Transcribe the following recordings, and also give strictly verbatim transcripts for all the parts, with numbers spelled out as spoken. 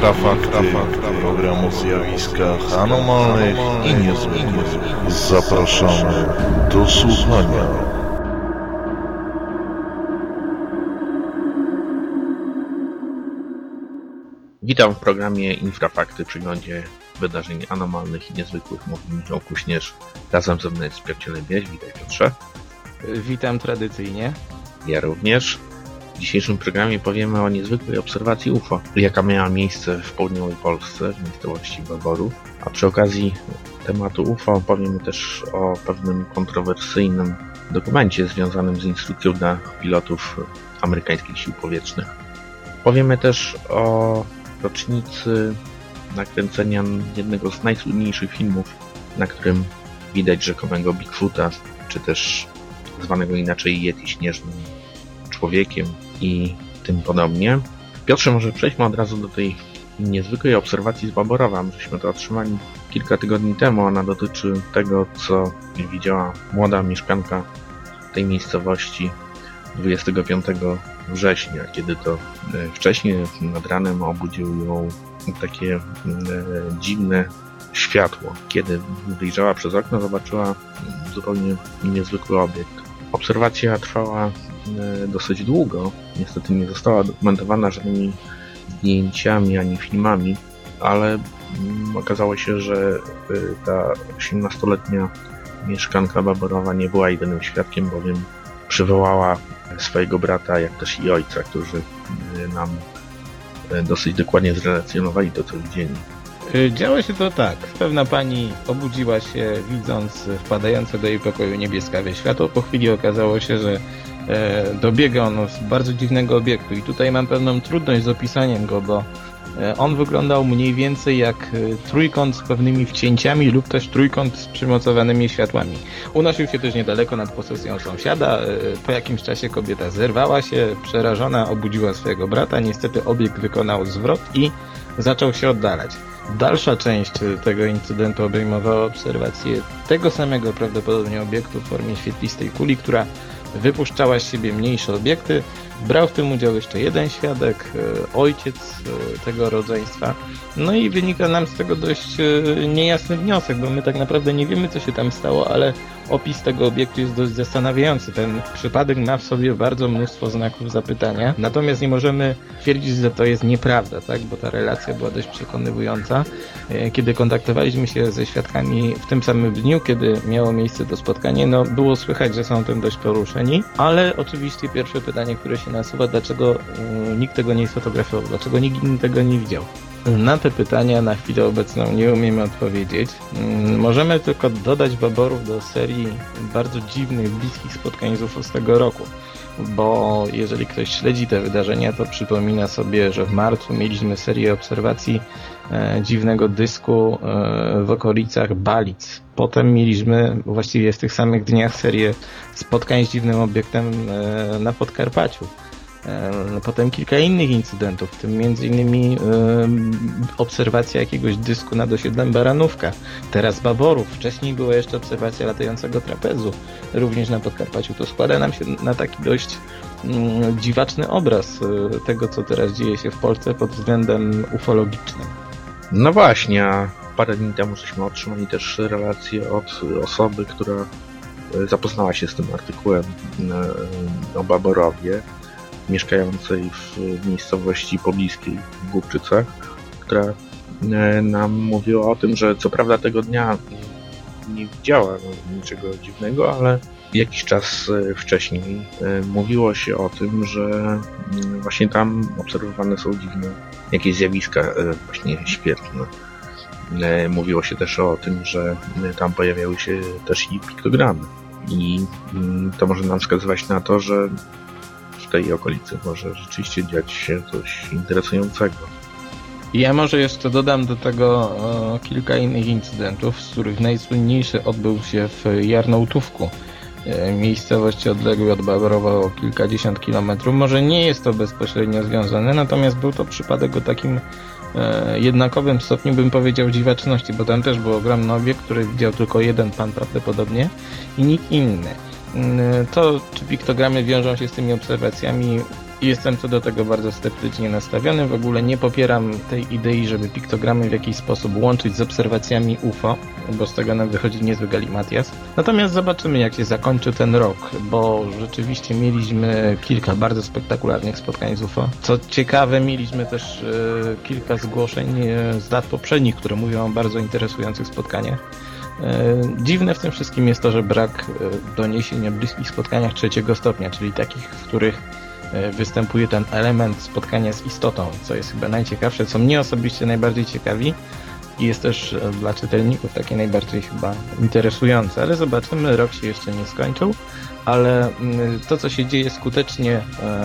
Infrafakty, program o zjawiskach anomalnych i niezwykłych. Zapraszamy do słuchania. Witam w programie Infrafakty, przeglądzie wydarzeń anomalnych i niezwykłych. Mówi Michał Kuśnierz, razem ze mną jest Piotr Cielewieś. Witaj, Piotrze. Witam tradycyjnie. Ja również. W dzisiejszym programie powiemy o niezwykłej obserwacji U F O, jaka miała miejsce w południowej Polsce, w miejscowości Baborów. A przy okazji tematu U F O powiemy też o pewnym kontrowersyjnym dokumencie związanym z instrukcją dla pilotów amerykańskich sił powietrznych. Powiemy też o rocznicy nakręcenia jednego z najsłynniejszych filmów, na którym widać rzekomego Bigfoota, czy też zwanego inaczej Yeti śnieżnym człowiekiem i tym podobnie. Piotrze, może przejdźmy od razu do tej niezwykłej obserwacji z Baborowa. Myśmy to otrzymali kilka tygodni temu. Ona dotyczy tego, co widziała młoda mieszkanka tej miejscowości dwudziestego piątego września, kiedy to wcześniej nad ranem obudził ją takie dziwne światło. Kiedy wyjrzała przez okno, zobaczyła zupełnie niezwykły obiekt. Obserwacja trwała dosyć długo. Niestety nie została dokumentowana żadnymi zdjęciami ani filmami, ale okazało się, że ta osiemnastoletnia mieszkanka Baborowa nie była jedynym świadkiem, bowiem przywołała swojego brata, jak też i ojca, którzy nam dosyć dokładnie zrelacjonowali to, co widzieli. Działo się to tak. Pewna pani obudziła się, widząc wpadające do jej pokoju niebieskawe światło. Po chwili okazało się, że e, dobiega ono z bardzo dziwnego obiektu. I tutaj mam pewną trudność z opisaniem go, bo e, on wyglądał mniej więcej jak e, trójkąt z pewnymi wcięciami lub też trójkąt z przymocowanymi światłami. Unosił się też niedaleko nad posesją sąsiada. E, po jakimś czasie kobieta zerwała się, przerażona obudziła swojego brata. Niestety obiekt wykonał zwrot i zaczął się oddalać. Dalsza część tego incydentu obejmowała obserwację tego samego prawdopodobnie obiektu w formie świetlistej kuli, która wypuszczała z siebie mniejsze obiekty. Brał w tym udział jeszcze jeden świadek, ojciec tego rodzeństwa. No i wynika nam z tego dość niejasny wniosek, bo my tak naprawdę nie wiemy, co się tam stało, ale opis tego obiektu jest dość zastanawiający. Ten przypadek ma w sobie bardzo mnóstwo znaków zapytania, natomiast nie możemy twierdzić, że to jest nieprawda, tak? Bo ta relacja była dość przekonywująca. Kiedy kontaktowaliśmy się ze świadkami w tym samym dniu, kiedy miało miejsce to spotkanie, no było słychać, że są tym dość poruszeni, ale oczywiście pierwsze pytanie, które się nasuwa, dlaczego nikt tego nie sfotografował, dlaczego nikt inny tego nie widział. Na te pytania na chwilę obecną nie umiemy odpowiedzieć. Możemy tylko dodać Baborów do serii bardzo dziwnych, bliskich spotkań z U F O z tego roku. Bo jeżeli ktoś śledzi te wydarzenia, to przypomina sobie, że w marcu mieliśmy serię obserwacji e, dziwnego dysku e, w okolicach Balic. Potem mieliśmy właściwie w tych samych dniach serię spotkań z dziwnym obiektem e, na Podkarpaciu. Potem kilka innych incydentów, w tym między innymi yy, obserwacja jakiegoś dysku nad osiedlem Baranówka, teraz Baborów, wcześniej była jeszcze obserwacja latającego trapezu, również na Podkarpaciu. To składa nam się na taki dość yy, dziwaczny obraz yy, tego, co teraz dzieje się w Polsce pod względem ufologicznym. No właśnie, a parę dni temu żeśmy otrzymali też relację od osoby, która zapoznała się z tym artykułem yy, o Baborowie, mieszkającej w miejscowości pobliskiej w Głubczycach, która nam mówiła o tym, że co prawda tego dnia nie widziała niczego dziwnego, ale jakiś czas wcześniej mówiło się o tym, że właśnie tam obserwowane są dziwne jakieś zjawiska właśnie świetlne. Mówiło się też o tym, że tam pojawiały się też i piktogramy i to może nam wskazywać na to, że w tej okolicy może rzeczywiście dziać się coś interesującego. Ja może jeszcze dodam do tego o, kilka innych incydentów, z których najsłynniejszy odbył się w Jarnołtówku, e, miejscowości odległej od Baborowa o kilkadziesiąt kilometrów. Może nie jest to bezpośrednio związane, natomiast był to przypadek o takim e, jednakowym stopniu, bym powiedział, dziwaczności, bo tam też był ogromny obiekt, który widział tylko jeden pan prawdopodobnie i nikt inny. To, czy piktogramy wiążą się z tymi obserwacjami, Jestem co do tego bardzo sceptycznie nastawiony. W ogóle nie popieram tej idei, żeby piktogramy w jakiś sposób łączyć z obserwacjami U F O, bo z tego nam wychodzi niezły galimatias. Natomiast zobaczymy, jak się zakończy ten rok, bo rzeczywiście mieliśmy kilka bardzo spektakularnych spotkań z U F O. Co ciekawe, mieliśmy też e, kilka zgłoszeń e, z lat poprzednich, które mówią o bardzo interesujących spotkaniach. Dziwne w tym wszystkim jest to, że brak doniesień o bliskich spotkaniach trzeciego stopnia, czyli takich, w których występuje ten element spotkania z istotą, co jest chyba najciekawsze, co mnie osobiście najbardziej ciekawi i jest też dla czytelników takie najbardziej chyba interesujące, ale zobaczymy, rok się jeszcze nie skończył, ale to, co się dzieje skutecznie,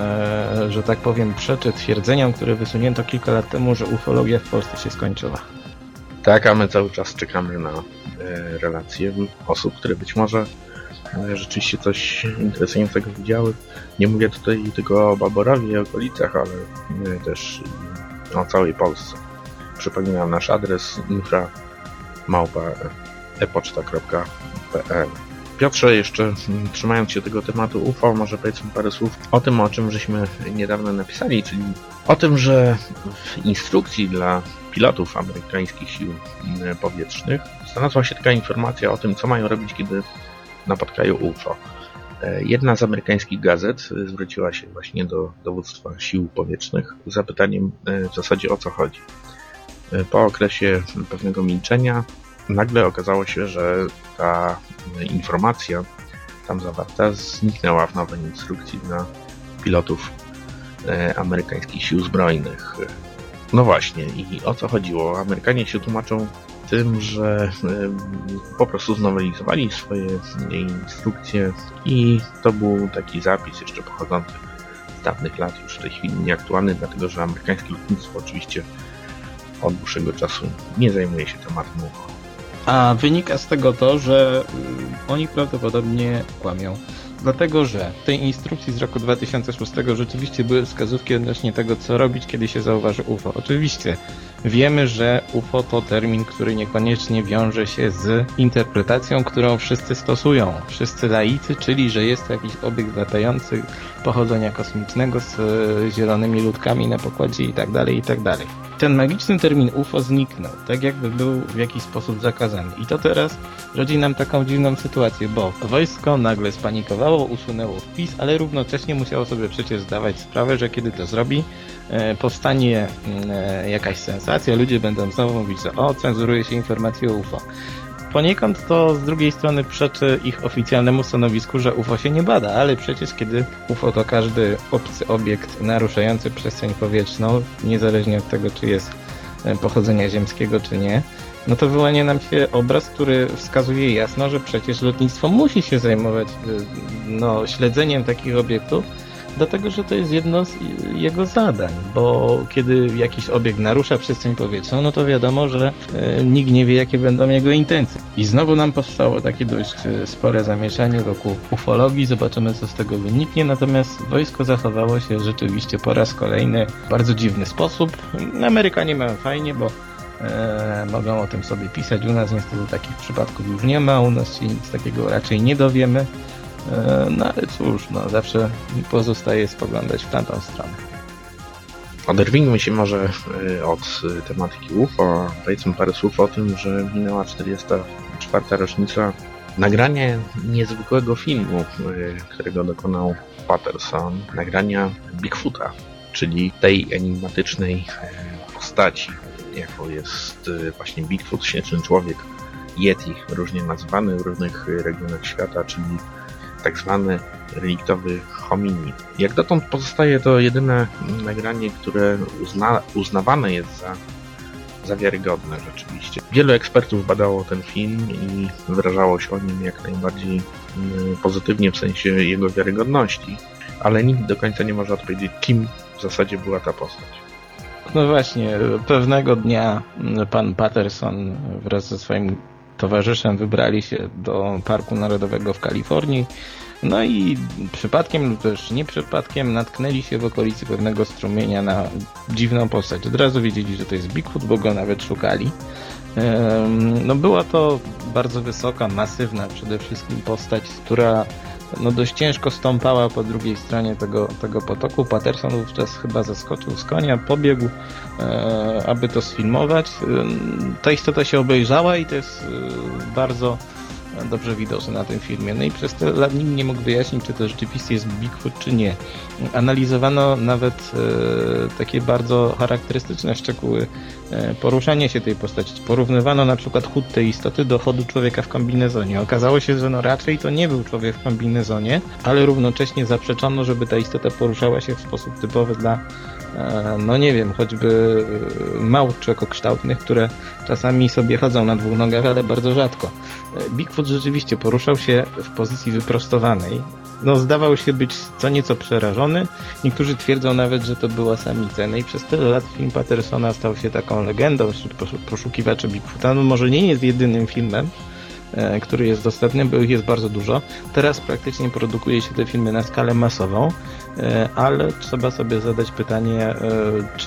że tak powiem, przeczy twierdzeniom, które wysunięto kilka lat temu, że ufologia w Polsce się skończyła. Tak, a my cały czas czekamy na relacje osób, które być może rzeczywiście coś interesującego widziały. Nie mówię tutaj tylko o Baborowie i okolicach, ale też o całej Polsce. Przypominam nasz adres infra małpa epoczta kropka pe el. Piotrze, jeszcze trzymając się tego tematu U F O, może powiedzmy parę słów o tym, o czym żeśmy niedawno napisali, czyli o tym, że w instrukcji dla pilotów amerykańskich sił powietrznych znalazła się taka informacja o tym, co mają robić, kiedy napotkają U F O. Jedna z amerykańskich gazet zwróciła się właśnie do dowództwa sił powietrznych z zapytaniem w zasadzie, o co chodzi. Po okresie pewnego milczenia nagle okazało się, że ta informacja tam zawarta zniknęła w nowej instrukcji dla pilotów amerykańskich sił zbrojnych. No właśnie, i o co chodziło? Amerykanie się tłumaczą tym, że po prostu znowelizowali swoje instrukcje i to był taki zapis jeszcze pochodzący z dawnych lat, już w tej chwili nieaktualny, dlatego że amerykańskie lotnictwo oczywiście od dłuższego czasu nie zajmuje się tematem U F O. A wynika z tego to, że oni prawdopodobnie kłamią. Dlatego, że w tej instrukcji z roku dwa tysiące szóstego rzeczywiście były wskazówki odnośnie tego, co robić, kiedy się zauważy U F O. Oczywiście wiemy, że U F O to termin, który niekoniecznie wiąże się z interpretacją, którą wszyscy stosują. Wszyscy laicy, czyli że jest to jakiś obiekt latający pochodzenia kosmicznego z zielonymi ludkami na pokładzie itd., itd. Ten magiczny termin U F O zniknął, tak jakby był w jakiś sposób zakazany. I to teraz rodzi nam taką dziwną sytuację, bo wojsko nagle spanikowało, usunęło wpis, ale równocześnie musiało sobie przecież zdawać sprawę, że kiedy to zrobi, e, powstanie e, jakaś sensacja, ludzie będą znowu mówić, że o, cenzuruje się informacje o U F O. Poniekąd to z drugiej strony przeczy ich oficjalnemu stanowisku, że U F O się nie bada, ale przecież kiedy U F O to każdy obcy obiekt naruszający przestrzeń powietrzną, niezależnie od tego, czy jest pochodzenia ziemskiego, czy nie, no to wyłania nam się obraz, który wskazuje jasno, że przecież lotnictwo musi się zajmować no, śledzeniem takich obiektów, dlatego że to jest jedno z jego zadań, bo kiedy jakiś obiekt narusza przestrzeń powietrzną, no to wiadomo, że e, nikt nie wie, jakie będą jego intencje. I znowu nam powstało takie dość spore zamieszanie wokół ufologii, zobaczymy, co z tego wyniknie, natomiast wojsko zachowało się rzeczywiście po raz kolejny w bardzo dziwny sposób. Amerykanie mają fajnie, bo e, mogą o tym sobie pisać, u nas niestety takich przypadków już nie ma, u nas się nic takiego raczej nie dowiemy. No ale cóż, no zawsze pozostaje spoglądać w tamtą stronę. Oderwijmy się może od tematyki U F O, powiedzmy parę słów o tym, że minęła czterdziesta czwarta rocznica nagrania niezwykłego filmu, którego dokonał Patterson, nagrania Bigfoota, czyli tej enigmatycznej postaci, jaką jest właśnie Bigfoot, śnieżny człowiek, Yeti, różnie nazywany w różnych regionach świata, czyli tak zwany reliktowy hominid. Jak dotąd pozostaje to jedyne nagranie, które uzna, uznawane jest za, za wiarygodne rzeczywiście. Wielu ekspertów badało ten film i wyrażało się o nim jak najbardziej pozytywnie w sensie jego wiarygodności, ale nikt do końca nie może odpowiedzieć, kim w zasadzie była ta postać. No właśnie, pewnego dnia pan Patterson wraz ze swoim towarzyszem wybrali się do Parku Narodowego w Kalifornii, no i przypadkiem lub też nie przypadkiem natknęli się w okolicy pewnego strumienia na dziwną postać. Od razu wiedzieli, że to jest Bigfoot, bo go nawet szukali. No była to bardzo wysoka, masywna przede wszystkim postać, która no dość ciężko stąpała po drugiej stronie tego, tego potoku. Patterson wówczas chyba zaskoczył z konia, pobiegł, e, aby to sfilmować. E, ta istota się obejrzała i to jest e, bardzo dobrze widoczne na tym filmie. No i przez te lat nikt nie mógł wyjaśnić, czy to rzeczywiście jest Bigfoot, czy nie. Analizowano nawet e, takie bardzo charakterystyczne szczegóły e, poruszania się tej postaci. Porównywano na przykład chód tej istoty do chodu człowieka w kombinezonie. Okazało się, że no raczej to nie był człowiek w kombinezonie, ale równocześnie zaprzeczono, żeby ta istota poruszała się w sposób typowy dla e, no nie wiem, choćby małp człowiekokształtnych, które czasami sobie chodzą na dwóch nogach, ale bardzo rzadko. Bigfoot rzeczywiście poruszał się w pozycji wyprostowanej. No, zdawał się być co nieco przerażony. Niektórzy twierdzą nawet, że to była samica. No i przez tyle lat film Pattersona stał się taką legendą wśród poszukiwaczy Bigfoota. No może nie jest jedynym filmem, e, który jest dostępny, bo ich jest bardzo dużo. Teraz praktycznie produkuje się te filmy na skalę masową, e, ale trzeba sobie zadać pytanie, e, czy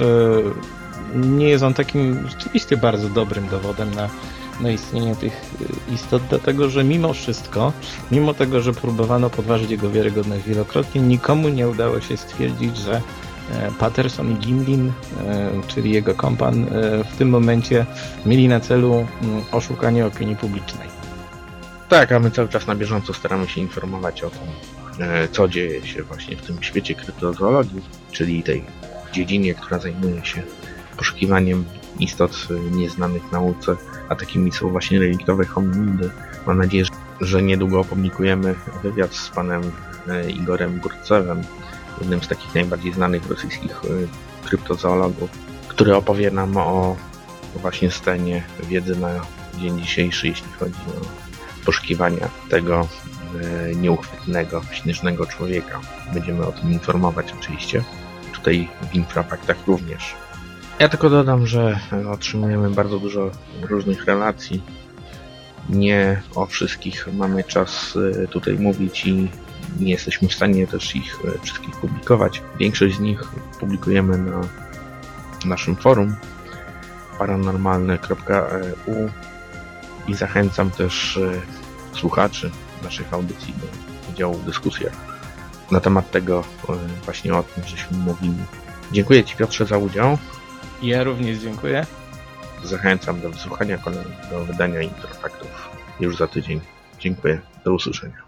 nie jest on takim rzeczywiście bardzo dobrym dowodem na na istnienie tych istot, dlatego że mimo wszystko, mimo tego, że próbowano podważyć jego wiarygodność wielokrotnie, nikomu nie udało się stwierdzić, że Patterson i Gimlin, czyli jego kompan, w tym momencie mieli na celu oszukanie opinii publicznej. Tak, a my cały czas na bieżąco staramy się informować o tym, co dzieje się właśnie w tym świecie kryptozoologii, czyli tej dziedzinie, która zajmuje się poszukiwaniem istot nieznanych nauce, a takimi są właśnie reliktowe hominidy. Mam nadzieję, że niedługo opublikujemy wywiad z panem Igorem Burcewem, jednym z takich najbardziej znanych rosyjskich kryptozoologów, który opowie nam o właśnie stanie wiedzy na dzień dzisiejszy, jeśli chodzi o poszukiwania tego nieuchwytnego, śnieżnego człowieka. Będziemy o tym informować oczywiście, tutaj w Infrafaktach również. Ja tylko dodam, że otrzymujemy bardzo dużo różnych relacji. Nie o wszystkich mamy czas tutaj mówić i nie jesteśmy w stanie też ich wszystkich publikować. Większość z nich publikujemy na naszym forum paranormalne kropka e u i zachęcam też słuchaczy naszych audycji do udziału w dyskusjach na temat tego właśnie, o tym żeśmy mówili. Dziękuję Ci, Piotrze, za udział. Ja również dziękuję. Zachęcam do wysłuchania kolejnego wydania Infrafaktów już za tydzień. Dziękuję. Do usłyszenia.